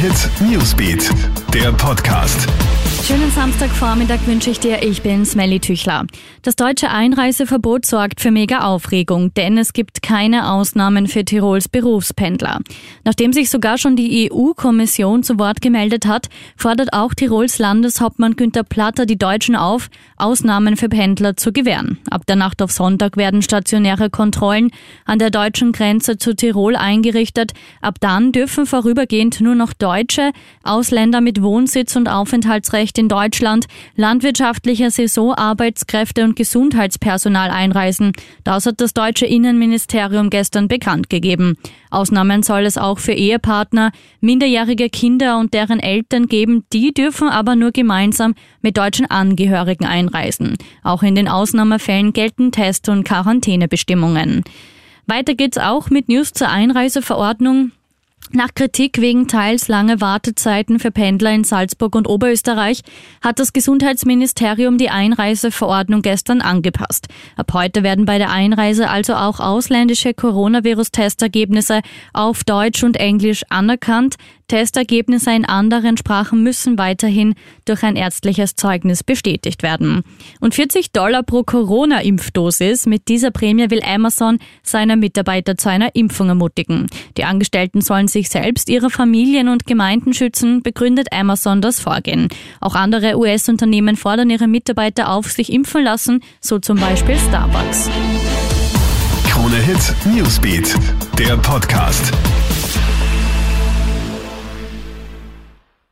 Hit Newsbeat, der Podcast. Schönen Samstagvormittag wünsche ich dir, ich bin Smelly Tüchler. Das deutsche Einreiseverbot sorgt für mega Aufregung, denn es gibt keine Ausnahmen für Tirols Berufspendler. Nachdem sich sogar schon die EU-Kommission zu Wort gemeldet hat, fordert auch Tirols Landeshauptmann Günther Platter die Deutschen auf, Ausnahmen für Pendler zu gewähren. Ab der Nacht auf Sonntag werden stationäre Kontrollen an der deutschen Grenze zu Tirol eingerichtet. Ab dann dürfen vorübergehend nur noch Deutsche, Ausländer mit Wohnsitz und Aufenthaltsrecht in Deutschland, landwirtschaftliche Saisonarbeitskräfte und Gesundheitspersonal einreisen. Das hat das deutsche Innenministerium gestern bekannt gegeben. Ausnahmen soll es auch für Ehepartner, minderjährige Kinder und deren Eltern geben. Die dürfen aber nur gemeinsam mit deutschen Angehörigen einreisen. Auch in den Ausnahmefällen gelten Test- und Quarantänebestimmungen. Weiter geht's auch mit News zur Einreiseverordnung. Nach Kritik wegen teils lange Wartezeiten für Pendler in Salzburg und Oberösterreich hat das Gesundheitsministerium die Einreiseverordnung gestern angepasst. Ab heute werden bei der Einreise also auch ausländische Coronavirus-Testergebnisse auf Deutsch und Englisch anerkannt. Testergebnisse in anderen Sprachen müssen weiterhin durch ein ärztliches Zeugnis bestätigt werden. Und $40 pro Corona-Impfdosis. Mit dieser Prämie will Amazon seine Mitarbeiter zu einer Impfung ermutigen. Die Angestellten sollen sich selbst, ihre Familien und Gemeinden schützen, begründet Amazon das Vorgehen. Auch andere US-Unternehmen fordern ihre Mitarbeiter auf, sich impfen lassen, so zum Beispiel Starbucks. Krone Hit Newsbeat, der Podcast.